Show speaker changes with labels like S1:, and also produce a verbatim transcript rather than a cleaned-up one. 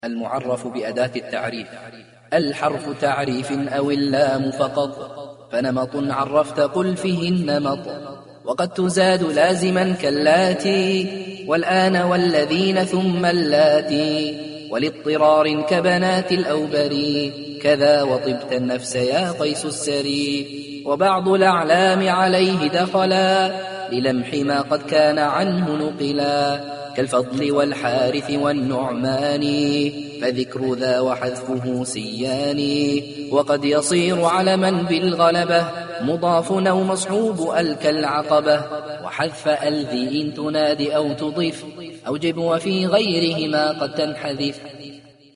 S1: المعرف بأداة التعريف. الحرف تعريف أو اللام فقط، فنمط عرفت قل فيه النمط، وقد تزاد لازما كاللاتي والآن والذين ثم اللاتي، ولاضطرار كبنات الأوبري، كذا وطبت النفس يا قيس السري. وبعض الأعلام عليه دخلا للمح ما قد كان عنه نقلا، كالفضل والحارث والنعمان، فذكر ذا وحذفه سيان. وقد يصير علما بالغلبة مضاف أو مصحوب ألك العقبة، وحذف ألذي إن تنادي أو تضيف أوجب، وفي غيرهما قد تنحذف.